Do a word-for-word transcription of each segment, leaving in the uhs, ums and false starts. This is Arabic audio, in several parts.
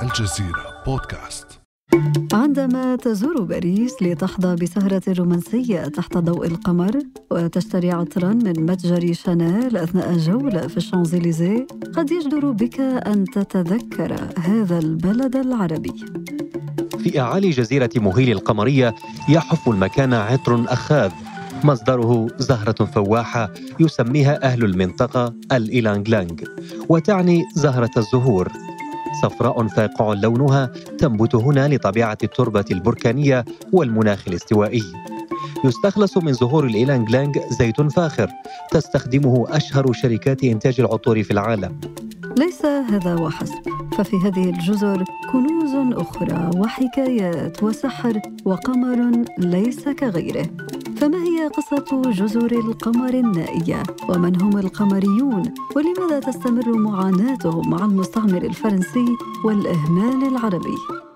الجزيرة بودكاست. عندما تزور باريس لتحظى بسهرة رومانسية تحت ضوء القمر وتشتري عطراً من متجر شانيل أثناء جولة في الشانزليزيه، قد يجدر بك أن تتذكر هذا البلد العربي. في أعالي جزيرة مهيل القمرية يحف المكان عطر أخاذ مصدره زهرة فواحة يسميها أهل المنطقة الإيلانغ لانغ، وتعني زهرة الزهور. صفراء فاقع لونها، تنبت هنا لطبيعة التربة البركانية والمناخ الاستوائي. يستخلص من زهور الإيلانغ لانغ زيت فاخر تستخدمه أشهر شركات إنتاج العطور في العالم. ليس هذا وحسب، ففي هذه الجزر كنوز أخرى وحكايات وسحر وقمر ليس كغيره. فما هي قصة جزر القمر النائية؟ ومن هم القمريون؟ ولماذا تستمر معاناتهم مع المستعمر الفرنسي والإهمال العربي؟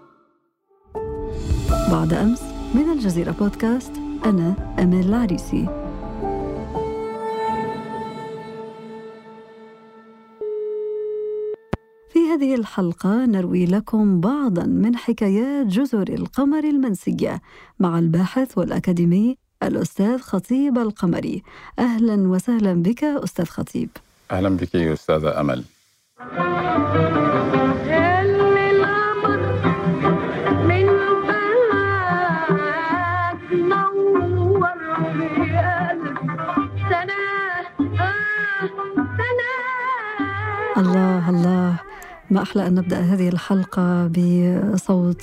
بعد أمس من الجزيرة بودكاست، أنا أمال العريسي. في هذه الحلقة نروي لكم بعضاً من حكايات جزر القمر المنسية مع الباحث والأكاديمي الأستاذ خطيب القمري. أهلاً وسهلاً بك أستاذ خطيب. أهلاً بك يا أستاذة أمل. الله الله، ما أحلى أن نبدأ هذه الحلقة بصوت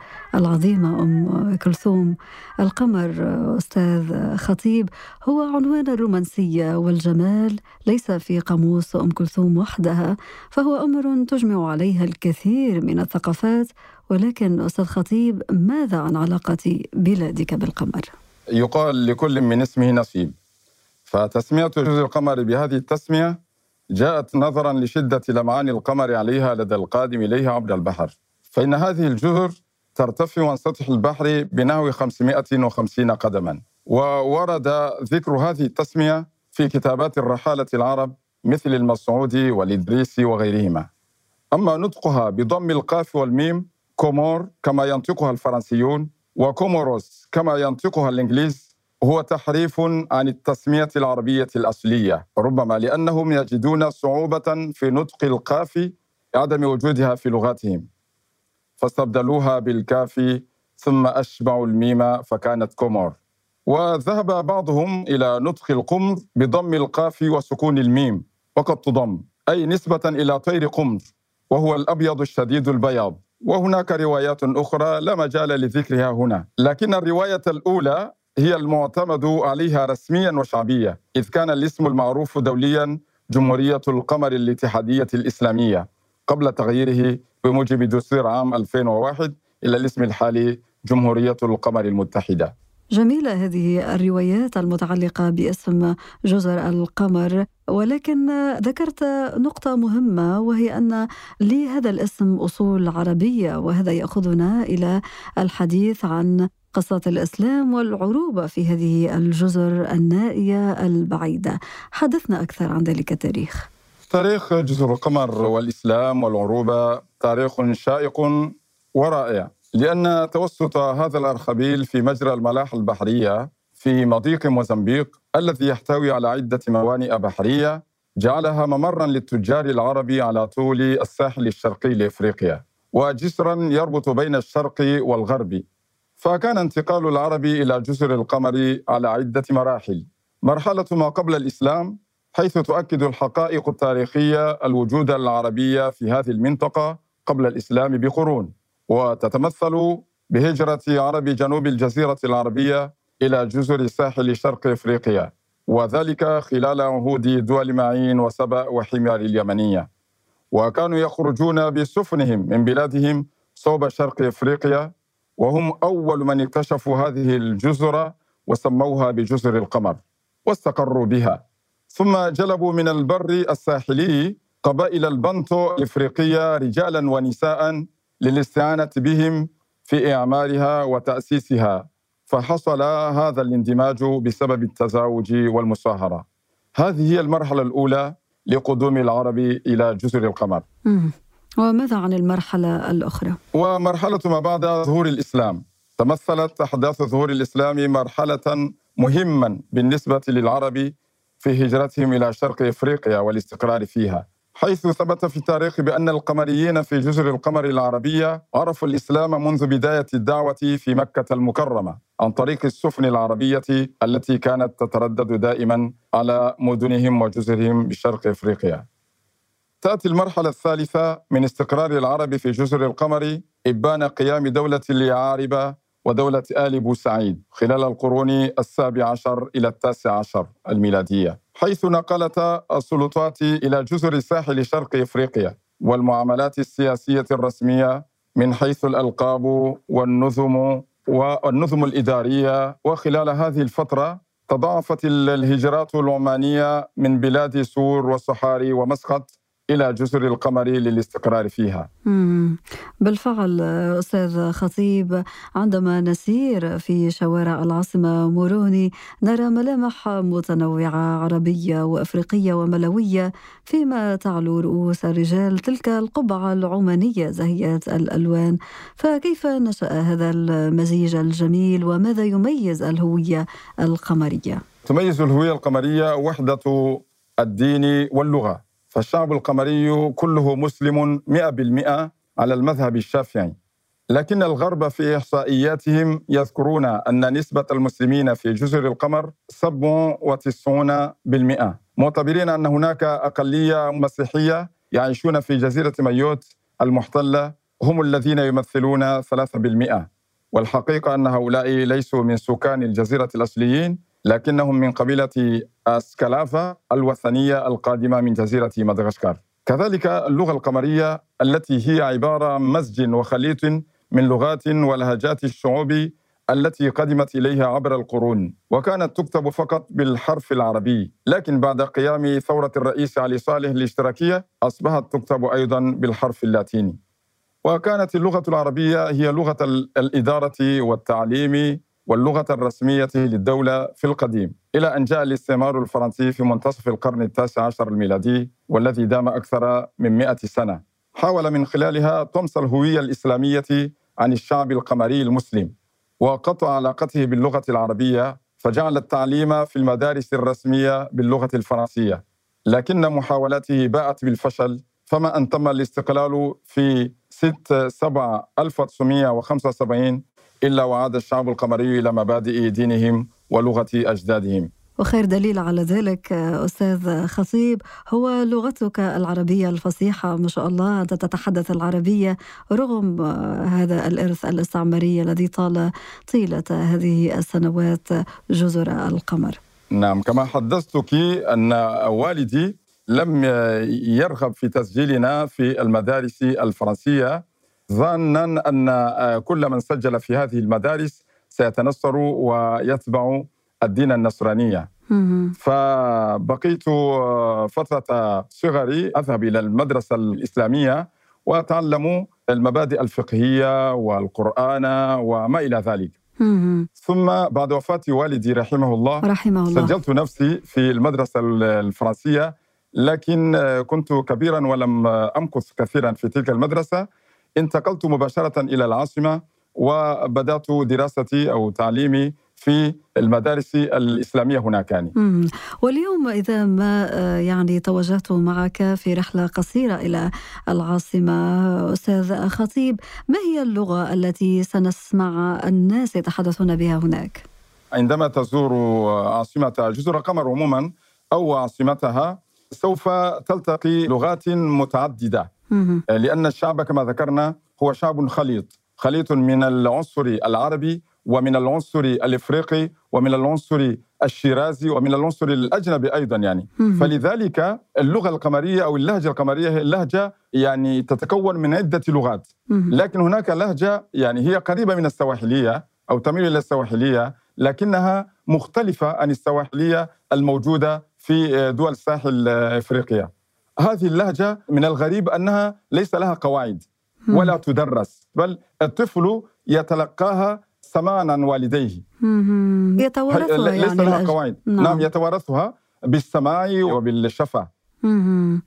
العظيمة أم كلثوم. القمر أستاذ خطيب هو عنوان الرومانسية والجمال، ليس في قاموس أم كلثوم وحدها، فهو أمر تجمع عليها الكثير من الثقافات. ولكن أستاذ خطيب، ماذا عن علاقة بلادك بالقمر؟ يقال لكل من اسمه نصيب، فتسمية جزر القمر بهذه التسمية جاءت نظراً لشدة لمعان القمر عليها لدى القادم إليها عبر البحر. فإن هذه الجزر ترتفع عن سطح البحر بنحو خمسمائة وخمسين قدماً، وورد ذكر هذه التسمية في كتابات الرحالة العرب مثل المسعودي والإدريسي وغيرهما. أما نطقها بضم القاف والميم، كومور كما ينطقها الفرنسيون، وكوموروس كما ينطقها الإنجليز، هو تحريف عن التسمية العربية الأصلية، ربما لأنهم يجدون صعوبة في نطق القاف عدم وجودها في لغاتهم، فاستبدلوها بالكاف ثم أشبعوا الميم فكانت كومور. وذهب بعضهم إلى نطق القمر بضم القاف وسكون الميم، وقد تضم، أي نسبة إلى طير قمر، وهو الأبيض الشديد البياض. وهناك روايات أخرى لا مجال لذكرها هنا، لكن الرواية الأولى هي المعتمد عليها رسمياً وشعبية، إذ كان الاسم المعروف دولياً جمهورية القمر الاتحادية الإسلامية قبل تغييره بموجب دستور عام ألفين وواحد إلى الاسم الحالي جمهورية القمر المتحدة. جميلة هذه الروايات المتعلقة باسم جزر القمر، ولكن ذكرت نقطة مهمة، وهي أن لهذا الاسم أصول عربية، وهذا يأخذنا إلى الحديث عن قصة الإسلام والعروبة في هذه الجزر النائية البعيدة. حدثنا أكثر عن ذلك التاريخ. تاريخ جزر القمر والإسلام والعروبة تاريخ شائق ورائع، لأن توسط هذا الأرخبيل في مجرى الملاحة البحرية في مضيق موزمبيق الذي يحتوي على عدة موانئ بحرية جعلها ممراً للتجار العرب على طول الساحل الشرقي لإفريقيا، وجسراً يربط بين الشرق والغرب. فكان انتقال العرب إلى جزر القمر على عدة مراحل. مرحلة ما قبل الإسلام، حيث تؤكد الحقائق التاريخية الوجود العربي في هذه المنطقة قبل الإسلام بقرون، وتتمثل بهجرة عرب جنوب الجزيرة العربية إلى جزر ساحل شرق إفريقيا، وذلك خلال عهود دول معين وسبأ وحمير اليمنية. وكانوا يخرجون بسفنهم من بلادهم صوب شرق إفريقيا، وهم أول من اكتشفوا هذه الجزر وسموها بجزر القمر واستقروا بها. ثم جلبوا من البر الساحلي قبائل البنتو الإفريقية رجالا ونساء للاستعانة بهم في إعمارها وتأسيسها، فحصل هذا الاندماج بسبب التزاوج والمصاهرة. هذه هي المرحلة الأولى لقدوم العرب إلى جزر القمر. مم. وماذا عن المرحلة الأخرى؟ ومرحلة ما بعد ظهور الإسلام، تمثلت أحداث ظهور الإسلام مرحلة مهما بالنسبة للعرب في هجرتهم إلى شرق إفريقيا والاستقرار فيها، حيث ثبت في التاريخ بأن القمريين في جزر القمر العربية عرفوا الإسلام منذ بداية الدعوة في مكة المكرمة عن طريق السفن العربية التي كانت تتردد دائما على مدنهم وجزرهم بشرق إفريقيا. تأتي المرحلة الثالثة من استقرار العرب في جزر القمر إبان قيام دولة اليعاربة ودولة آل بوسعيد خلال القرون السابع عشر إلى التاسع عشر الميلادية، حيث نقلت السلطات إلى جزر ساحل شرق إفريقيا والمعاملات السياسية الرسمية من حيث الألقاب والنظم والنظم الإدارية. وخلال هذه الفترة تضاعفت الهجرات العمانية من بلاد سور وصحاري ومسقط إلى جزر القمر للاستقرار فيها. بالفعل أستاذ خطيب، عندما نسير في شوارع العاصمة موروني نرى ملامح متنوعة عربية وأفريقية وملوية، فيما تعلو رؤوس الرجال تلك القبعة العمانية زاهية الألوان. فكيف نشأ هذا المزيج الجميل وماذا يميز الهوية القمرية؟ تميز الهوية القمرية وحدة الدين واللغة، فالشعب القمري كله مسلم مئة بالمئة على المذهب الشافعي، لكن الغرب في إحصائياتهم يذكرون أن نسبة المسلمين في جزر القمر سبعة وتسعين بالمئة، معتبرين أن هناك أقلية مسيحية يعيشون في جزيرة مايوت المحتلة هم الذين يمثلون ثلاثة بالمئة. والحقيقة أن هؤلاء ليسوا من سكان الجزيرة الأصليين، لكنهم من قبيلة أسكالافا الوثنية القادمة من جزيرة مدغشقر. كذلك اللغة القمرية التي هي عبارة عن مزج وخليط من لغات ولهجات الشعوب التي قدمت إليها عبر القرون، وكانت تكتب فقط بالحرف العربي، لكن بعد قيام ثورة الرئيس علي صالح الاشتراكية أصبحت تكتب أيضا بالحرف اللاتيني. وكانت اللغة العربية هي لغة الإدارة والتعليم واللغة الرسمية للدولة في القديم، إلى أن جاء الاستعمار الفرنسي في منتصف القرن التاسع عشر الميلادي والذي دام أكثر من مئة سنة. حاول من خلالها طمس الهوية الإسلامية عن الشعب القمري المسلم وقطع علاقته باللغة العربية، فجعل التعليم في المدارس الرسمية باللغة الفرنسية، لكن محاولاته باءت بالفشل، فما أن تم الاستقلال في ستة سبعة ألف وتسعمئة وخمسة وسبعين إلا وعاد الشعب القمري إلى مبادئ دينهم ولغة أجدادهم. وخير دليل على ذلك أستاذ خطيب هو لغتك العربية الفصيحة، ما شاء الله أنت تتحدث العربية رغم هذا الإرث الاستعماري الذي طال طيلة هذه السنوات جزر القمر. نعم، كما حدثتك أن والدي لم يرغب في تسجيلنا في المدارس الفرنسية، ظنا أن كل من سجل في هذه المدارس سيتنصر ويتبع الدين النصرانية. فبقيت فترة صغري أذهب إلى المدرسة الإسلامية وأتعلم المبادئ الفقهية والقرآن وما إلى ذلك. ثم بعد وفاة والدي رحمه الله, رحمه الله سجلت نفسي في المدرسة الفرنسية، لكن كنت كبيرا ولم أمكث كثيرا في تلك المدرسة. انتقلت مباشرة إلى العاصمة وبدأت دراستي أو تعليمي في المدارس الإسلامية هناك يعني. واليوم إذا ما يعني توجهت معك في رحلة قصيرة إلى العاصمة أستاذ خطيب، ما هي اللغة التي سنسمع الناس يتحدثون بها هناك؟ عندما تزور عاصمة جزر القمر عموما أو عاصمتها سوف تلتقي لغات متعددة، لأن الشعب كما ذكرنا هو شعب خليط خليط من العنصر العربي ومن العنصر الإفريقي ومن العنصر الشيرازي ومن العنصر الأجنبي أيضا يعني. فلذلك اللغة القمرية أو اللهجة القمرية هي اللهجة يعني تتكون من عدة لغات، لكن هناك لهجة يعني هي قريبة من السواحلية أو تميل إلى السواحلية، لكنها مختلفة عن السواحلية الموجودة في دول ساحل إفريقيا. هذه اللهجة من الغريب أنها ليس لها قواعد ولا تدرس، بل الطفل يتلقاها سماعا عن والديه، يتوارثها ليس يعني لها قواعد. نعم. نعم يتوارثها بالسماع وبالشفة. مهم.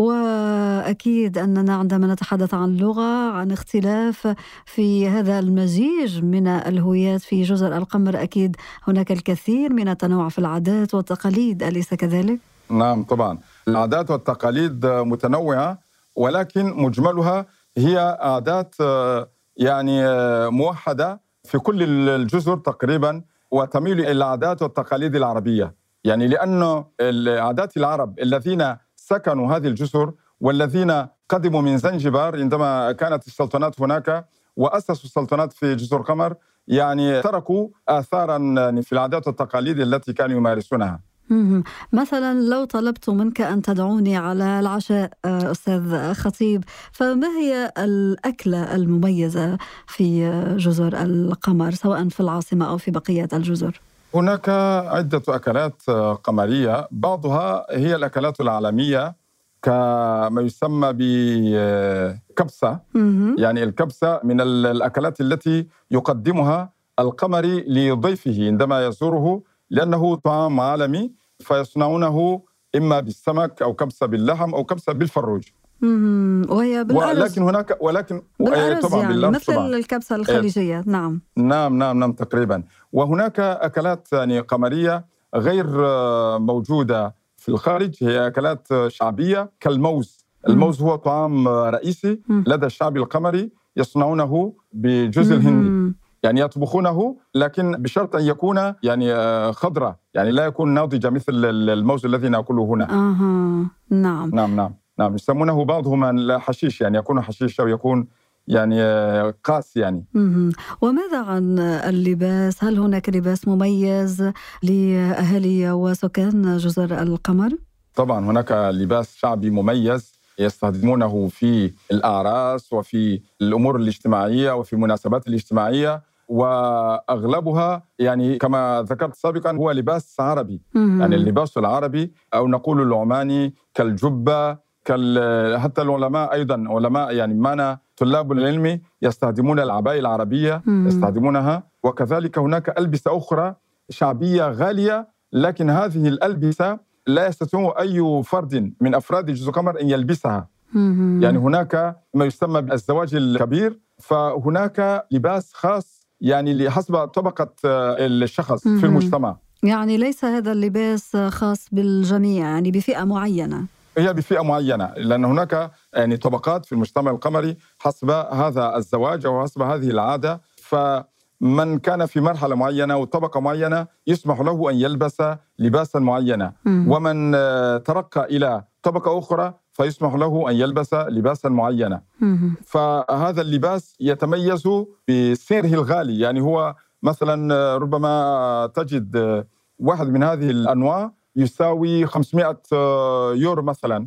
وأكيد أننا عندما نتحدث عن لغة، عن اختلاف في هذا المزيج من الهويات في جزر القمر، أكيد هناك الكثير من التنوع في العادات والتقاليد، أليس كذلك؟ نعم طبعا، العادات والتقاليد متنوعة، ولكن مجملها هي عادات يعني موحدة في كل الجزر تقريبا، وتميل إلى العادات والتقاليد العربية. يعني لأن العادات العرب الذين سكنوا هذه الجزر والذين قدموا من زنجبار عندما كانت السلطنات هناك وأسسوا السلطنات في جزر القمر، يعني تركوا آثاراً في العادات والتقاليد التي كانوا يمارسونها. مثلا لو طلبت منك أن تدعوني على العشاء أستاذ خطيب، فما هي الأكلة المميزة في جزر القمر سواء في العاصمة أو في بقية الجزر؟ هناك عدة أكلات قمرية، بعضها هي الأكلات العالمية كما يسمى بكبسة. يعني الكبسة من الأكلات التي يقدمها القمري لضيفه عندما يزوره، لأنه طعام عالمي، فيصنعونه إما بالسمك أو كبسة باللحم أو كبسة بالفروج. وهي بالأرز. ولكن هناك ولكن بالأرز طبعا يعني بالأرز مثل طبعا. الكبسة الخليجية. نعم نعم نعم نعم تقريبا. وهناك أكلات يعني قمرية غير موجودة في الخارج، هي أكلات شعبية كالموز. الموز هو طعام رئيسي لدى الشعب القمري، يصنعونه بجزء الهندي، يعني يطبخونه لكن بشرط أن يكون يعني خضرة، يعني لا يكون ناضجة مثل الموز الذي نأكله هنا. آه. نعم نعم نعم نعم يسمونه بعضهم الحشيش، يعني يكون حشيش أو يكون يعني قاس يعني. مم. وماذا عن اللباس؟ هل هناك لباس مميز لأهالي وسكان جزر القمر؟ طبعا هناك لباس شعبي مميز يستخدمونه في الأعراس وفي الأمور الاجتماعية وفي المناسبات الاجتماعية، وأغلبها يعني كما ذكرت سابقا هو لباس عربي. مم. يعني اللباس العربي أو نقول العماني كالجبة، كال... حتى العلماء أيضا علماء يعني معنا طلاب العلم يستخدمون العباية العربية. مم. يستخدمونها. وكذلك هناك ألبسة أخرى شعبية غالية، لكن هذه الألبسة لا يستطيع أي فرد من أفراد جزر القمر أن يلبسها. مم. يعني هناك ما يسمى بالزواج الكبير، فهناك لباس خاص يعني حسب طبقة الشخص. مم. في المجتمع، يعني ليس هذا اللباس خاص بالجميع، يعني بفئة معينة. هي بفئة معينة، لأن هناك يعني طبقات في المجتمع القمري حسب هذا الزواج أو حسب هذه العادة، فمن كان في مرحلة معينة وطبقة معينة يسمح له أن يلبس لباسا معينا، ومن ترقى إلى طبقة أخرى فيسمح له أن يلبس لباسا معينا. فهذا اللباس يتميز بسعره الغالي، يعني هو مثلا ربما تجد واحد من هذه الأنواع يساوي خمسمائة يورو مثلا.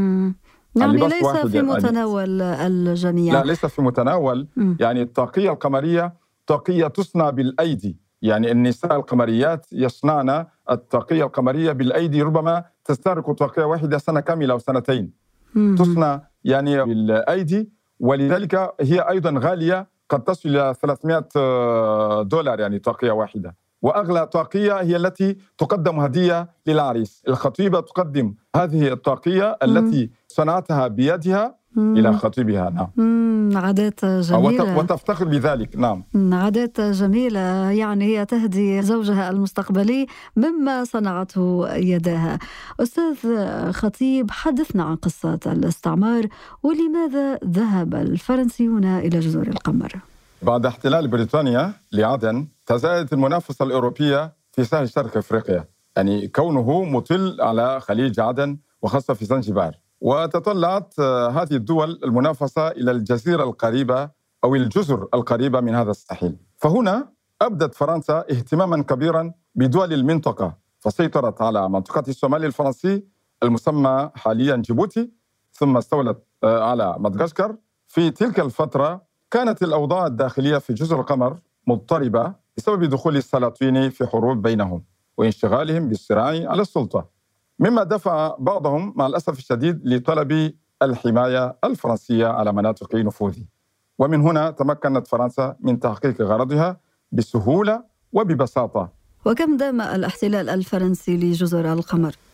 يعني ليس في متناول الجميع. لا ليس في متناول. مم. يعني الطاقية القمرية طاقية تصنع بالأيدي، يعني النساء القمريات يصنعن الطاقية القمرية بالأيدي، ربما تستغرق طاقية واحدة سنة كاملة أو سنتين. مم. تصنع يعني بالأيدي، ولذلك هي أيضا غالية، قد تصل إلى ثلاثمائة دولار يعني طاقية واحدة. وأغلى طاقية هي التي تقدم هدية للعريس. الخطيبة تقدم هذه الطاقية التي صنعتها بيدها مم. إلى خطيبها. نعم. مم. عادات جميلة وتفتخر بذلك. نعم. عادات جميلة، يعني هي تهدي زوجها المستقبلي مما صنعته يداها. أستاذ خطيب، حدثنا عن قصة الاستعمار، ولماذا ذهب الفرنسيون إلى جزر القمر؟ بعد احتلال بريطانيا لعدن تزايدت المنافسة الأوروبية في ساحل شرق أفريقيا، يعني كونه مطل على خليج عدن وخاصة في زنجبار. وتطلعت هذه الدول المنافسة إلى الجزيرة القريبة أو الجزر القريبة من هذا الساحل. فهنا أبدت فرنسا اهتماما كبيرا بدول المنطقة، فسيطرت على منطقة الصومال الفرنسي المسمى حاليا جيبوتي، ثم استولت على مدغشقر. في تلك الفترة كانت الأوضاع الداخلية في جزر القمر مضطربة بسبب دخول السلاطين في حروب بينهم وانشغالهم بالصراع على السلطة، مما دفع بعضهم مع الأسف الشديد لطلب الحماية الفرنسية على مناطق نفوذه. ومن هنا تمكنت فرنسا من تحقيق غرضها بسهولة وببساطة. وكم دام الاحتلال الفرنسي لجزر القمر؟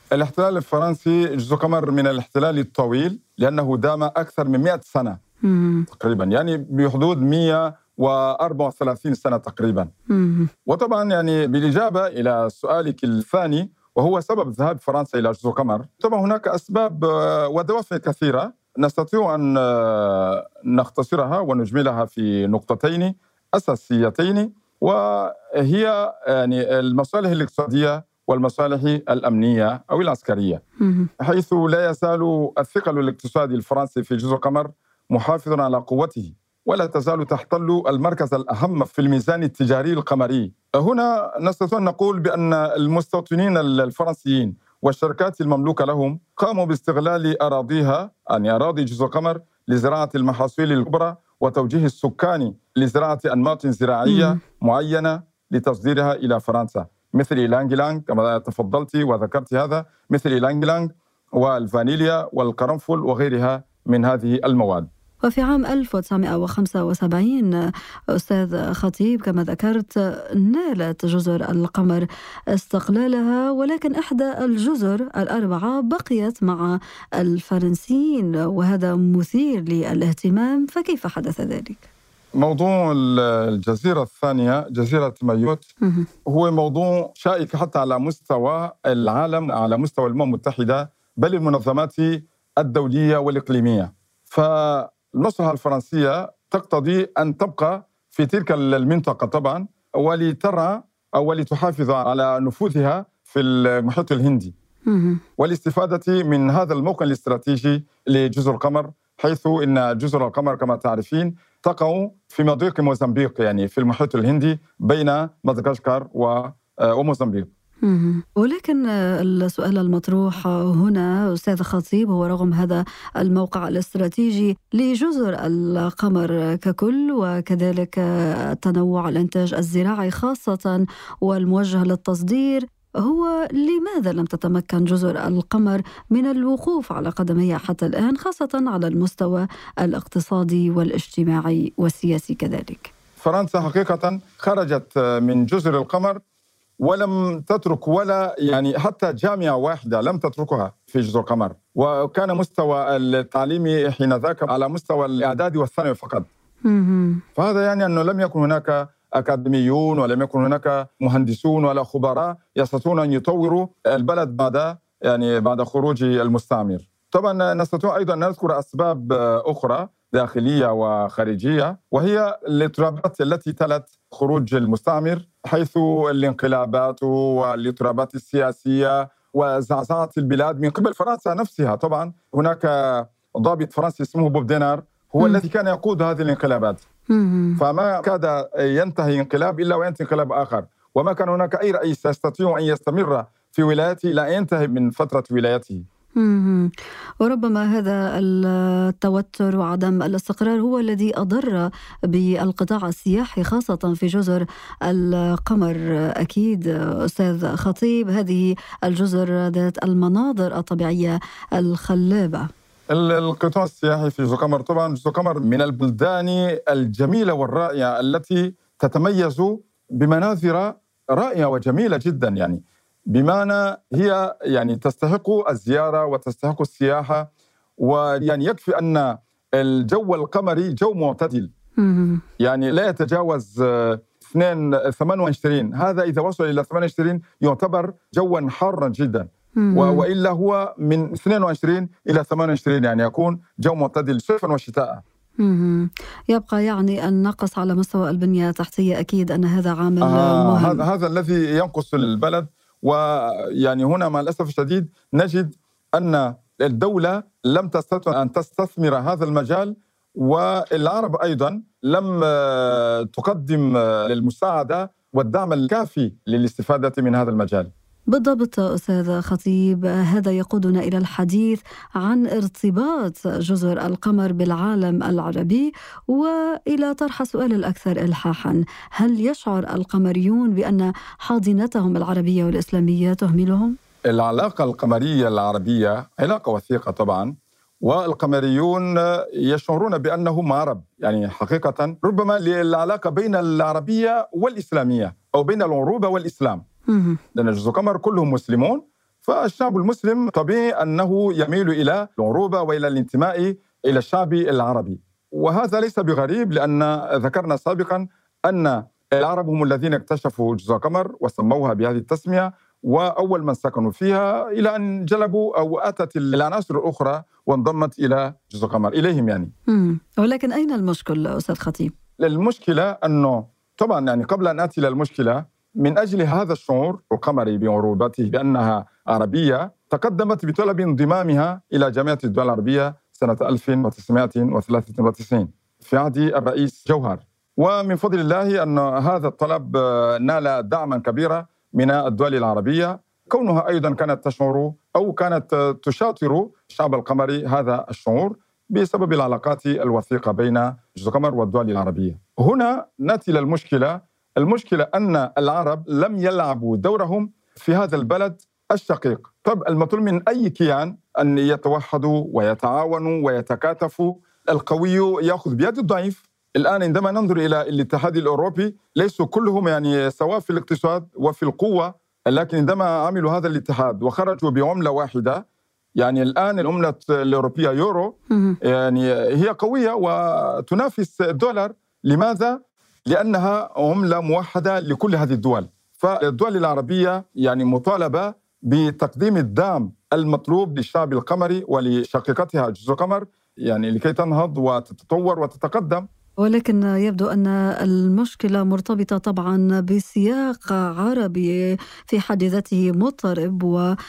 الاحتلال الفرنسي جزر القمر من الاحتلال الطويل لأنه دام أكثر من مئة سنة مم. تقريبا، يعني بحدود مئة وأربعة وثلاثين سنة تقريبا. مم. وطبعا يعني بالإجابة إلى سؤالك الثاني وهو سبب ذهاب فرنسا إلى جزر القمر، طبعا هناك أسباب ودوافع كثيرة نستطيع أن نختصرها ونجملها في نقطتين أساسيتين، وهي يعني المصالح الاقتصادية والمصالح الأمنية أو العسكرية، حيث لا يزال الثقل الاقتصادي الفرنسي في جزر القمر محافظ على قوته، ولا تزال تحتل المركز الأهم في الميزان التجاري القمري. هنا نستطيع أن نقول بأن المستوطنين الفرنسيين والشركات المملوكة لهم قاموا باستغلال أراضيها، يعني أراضي جزر القمر، لزراعة المحاصيل الكبرى وتوجيه السكان لزراعة أنماط زراعية م. معينة لتصديرها إلى فرنسا، مثل إيلانج لانج كما تفضلت وذكرت هذا، مثل إيلانج لانج والفانيليا والقرنفل وغيرها من هذه المواد. وفي عام ألف وتسعمائة وخمسة وسبعين أستاذ خطيب كما ذكرت نالت جزر القمر استقلالها، ولكن إحدى الجزر الأربعة بقيت مع الفرنسيين، وهذا مثير للاهتمام، فكيف حدث ذلك؟ موضوع الجزيرة الثانية جزيرة مايوت هو موضوع شائك حتى على مستوى العالم، على مستوى الأمم المتحدة، بل المنظمات الدولية والإقليمية. فالمصلحة الفرنسية تقتضي أن تبقى في تلك المنطقة طبعا، ولترى أو ولتحافظ على نفوذها في المحيط الهندي والاستفادة من هذا الموقع الاستراتيجي لجزر القمر، حيث إن جزر القمر كما تعرفين تقع في مضيق موزمبيق، يعني في المحيط الهندي بين مدغشقر وموزمبيق. ولكن السؤال المطروح هنا أستاذ خطيب هو رغم هذا الموقع الاستراتيجي لجزر القمر ككل، وكذلك تنوع الإنتاج الزراعي خاصة والموجه للتصدير، هو لماذا لم تتمكن جزر القمر من الوقوف على قدميها حتى الآن، خاصة على المستوى الاقتصادي والاجتماعي والسياسي كذلك؟ فرنسا حقيقة خرجت من جزر القمر ولم تترك ولا يعني حتى جامعة واحدة لم تتركها في جزر القمر، وكان مستوى التعليم حينذاك على مستوى الإعدادي والثانوي فقط. فهذا يعني أنه لم يكن هناك أكاديميون ولم يكن هناك مهندسون ولا خبراء يستطيعون أن يطوروا البلد بعد يعني بعد خروج المستعمر. طبعا نستطيع أيضا أن نذكر أسباب أخرى داخلية وخارجية، وهي الاضطرابات التي تلت خروج المستعمر، حيث الانقلابات والاضطرابات السياسية وزعزعة البلاد من قبل فرنسا نفسها. طبعا هناك ضابط فرنسي اسمه بوب دينار هو م. الذي كان يقود هذه الانقلابات، فما كاد ينتهي انقلاب إلا وينتهي انقلاب آخر، وما كان هناك أي رئيس يستطيع أن يستمر في ولايته لا ينتهي من فترة ولايته. وربما هذا التوتر وعدم الاستقرار هو الذي أضر بالقطاع السياحي خاصة في جزر القمر. أكيد أستاذ خطيب هذه الجزر ذات المناظر الطبيعية الخلابة. القطاع السياحي في جزر القمر، طبعا جزر القمر من البلدان الجميلة والرائعة التي تتميز بمناظر رائعة وجميلة جدا، يعني بمعنى هي يعني تستحق الزيارة وتستحق السياحة، ويعني يكفي أن الجو القمري جو معتدل، يعني لا يتجاوز ثمانية وعشرين، هذا إذا وصل إلى ثمانية وعشرين يعتبر جوا حارا جدا، وإلا هو من اثنين وعشرين إلى ثمانية وعشرين، يعني يكون جو معتدل صيفا وشتاء. يبقى يعني النقص على مستوى البنية التحتية، أكيد أن هذا عامل آه مهم. هذا الذي ينقص البلد، ويعني هنا مع الأسف الشديد نجد أن الدولة لم تستطع أن تستثمر هذا المجال، والعرب أيضا لم تقدم للمساعدة والدعم الكافي للاستفادة من هذا المجال. بالضبط أستاذ خطيب، هذا يقودنا إلى الحديث عن ارتباط جزر القمر بالعالم العربي، وإلى طرح سؤال الأكثر إلحاحا: هل يشعر القمريون بأن حاضنتهم العربية والإسلامية تهملهم؟ العلاقة القمرية العربية علاقة وثيقة طبعا، والقمريون يشعرون بأنهم عرب، يعني حقيقة ربما العلاقة بين العربية والإسلامية أو بين العروبة والإسلام، لأن جزر القمر كلهم مسلمون، فالشعب المسلم طبيعي أنه يميل إلى العروبة وإلى الانتماء إلى الشعب العربي، وهذا ليس بغريب لأن ذكرنا سابقا أن العرب هم الذين اكتشفوا جزر القمر وسموها بهذه التسمية، وأول من سكنوا فيها إلى أن جلبوا أو أتت العناصر الأخرى وانضمت إلى جزر القمر إليهم يعني. مم. ولكن أين المشكل أستاذ خطيب؟ المشكلة أنه طبعا يعني قبل أن آتي إلى المشكلة، من أجل هذا الشعور القمري بعروبته بأنها عربية تقدمت بطلب انضمامها إلى جامعة الدول العربية سنة ألف وتسعمائة وثلاثة وتسعين في عهد الرئيس جوهر، ومن فضل الله أن هذا الطلب نال دعما كبيرا من الدول العربية، كونها أيضا كانت تشعر أو كانت تشاطر الشعب القمري هذا الشعور بسبب العلاقات الوثيقة بين جزر القمر والدول العربية. هنا نأتي إلى المشكلة، المشكلة أن العرب لم يلعبوا دورهم في هذا البلد الشقيق. طب المطلوب من أي كيان أن يتوحدوا ويتعاونوا ويتكاتفوا، القوي يأخذ بيد الضعيف. الآن عندما ننظر إلى الاتحاد الأوروبي ليسوا كلهم يعني سواء في الاقتصاد وفي القوة، لكن عندما عملوا هذا الاتحاد وخرجوا بعملة واحدة، يعني الآن العملة الأوروبية يورو يعني هي قوية وتنافس الدولار. لماذا؟ لأنها عملة موحدة لكل هذه الدول. فالدول العربية يعني مطالبة بتقديم الدعم المطلوب للشعب القمري ولشقيقتها جزر القمر يعني لكي تنهض وتتطور وتتقدم. ولكن يبدو أن المشكلة مرتبطة طبعا بسياق عربي في حد ذاته مضطرب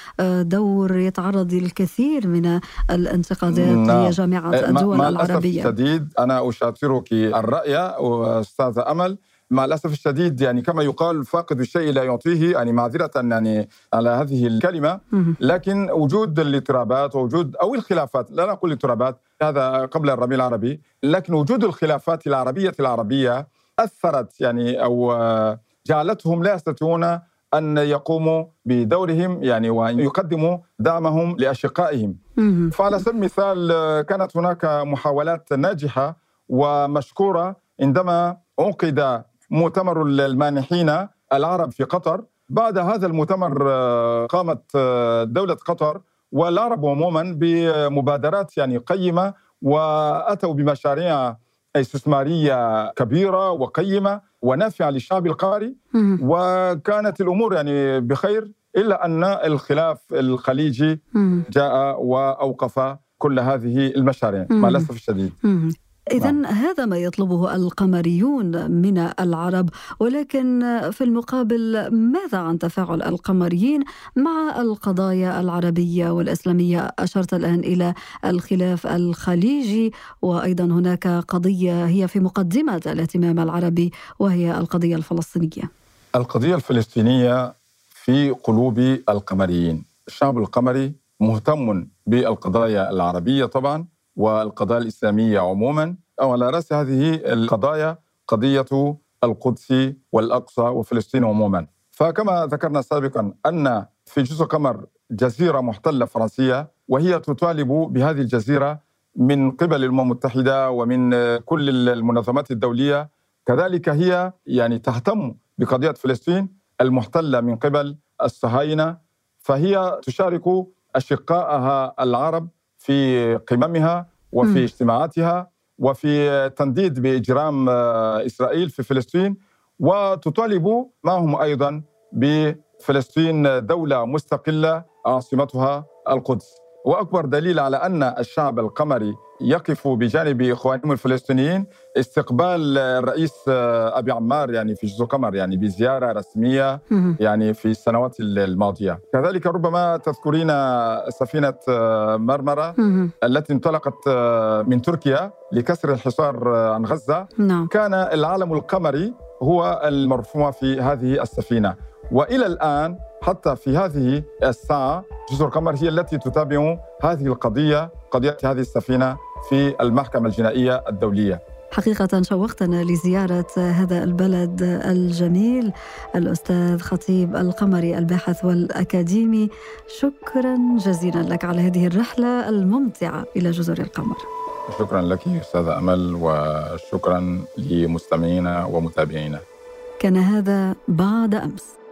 ودور يتعرض للكثير من الانتقادات لجامعة الدول مع العربية. مع الأسف الشديد أنا أشاطرك الرأي أستاذة أمل، مع الأسف الشديد يعني كما يقال فاقد الشيء لا يعطيه، يعني معذرة يعني على هذه الكلمة، لكن وجود الاضطرابات ووجود أو الخلافات، لا نقول الاضطرابات هذا قبل الربيع العربي، لكن وجود الخلافات العربية العربية أثرت يعني أو جعلتهم لا يستطيعون أن يقوموا بدورهم يعني وأن يقدموا دعمهم لأشقائهم. فعلى سبيل المثال كانت هناك محاولات ناجحة ومشكورة عندما عقد مؤتمر المانحين العرب في قطر. بعد هذا المؤتمر قامت دولة قطر والعرب عموما بمبادرات يعني قيمة، وأتوا بمشاريع استثمارية كبيرة وقيمة ونافعة للشعب القمري، وكانت الأمور يعني بخير، إلا أن الخلاف الخليجي جاء وأوقف كل هذه المشاريع مع الأسف الشديد. إذن هذا ما يطلبه القمريون من العرب، ولكن في المقابل ماذا عن تفاعل القمريين مع القضايا العربية والإسلامية؟ أشرت الآن إلى الخلاف الخليجي، وأيضا هناك قضية هي في مقدمة الاهتمام العربي وهي القضية الفلسطينية. القضية الفلسطينية في قلوب القمريين. الشعب القمري مهتم بالقضايا العربية طبعا والقضايا الإسلامية عموما، أو على رأس هذه القضايا قضية القدس والأقصى وفلسطين عموما. فكما ذكرنا سابقا أن في جزر القمر جزيرة محتلة فرنسية، وهي تطالب بهذه الجزيرة من قبل الأمم المتحدة ومن كل المنظمات الدولية. كذلك هي يعني تهتم بقضية فلسطين المحتلة من قبل الصهاينة، فهي تشارك أشقائها العرب في قممها وفي اجتماعاتها وفي تنديد بإجرام إسرائيل في فلسطين، وتطالب معهم أيضا بفلسطين دولة مستقلة عاصمتها القدس. وأكبر دليل على أن الشعب القمري يقف بجانب إخوانهم الفلسطينيين استقبال الرئيس أبي عمار يعني في جزر القمر يعني بزيارة رسمية يعني في السنوات الماضية. كذلك ربما تذكرين سفينة مرمرة التي انطلقت من تركيا لكسر الحصار عن غزة. كان العلم القمري هو المرفوع في هذه السفينة، وإلى الآن حتى في هذه الساعة جزر القمر هي التي تتابع هذه القضية، قضية هذه السفينة في المحكمة الجنائية الدولية. حقيقة شوقتنا لزيارة هذا البلد الجميل. الأستاذ خطيب القمري الباحث والأكاديمي، شكرا جزيلا لك على هذه الرحلة الممتعة إلى جزر القمر. شكرا لك أستاذة أمل، وشكرا لمستمعينا ومتابعينا. كان هذا بعد أمس.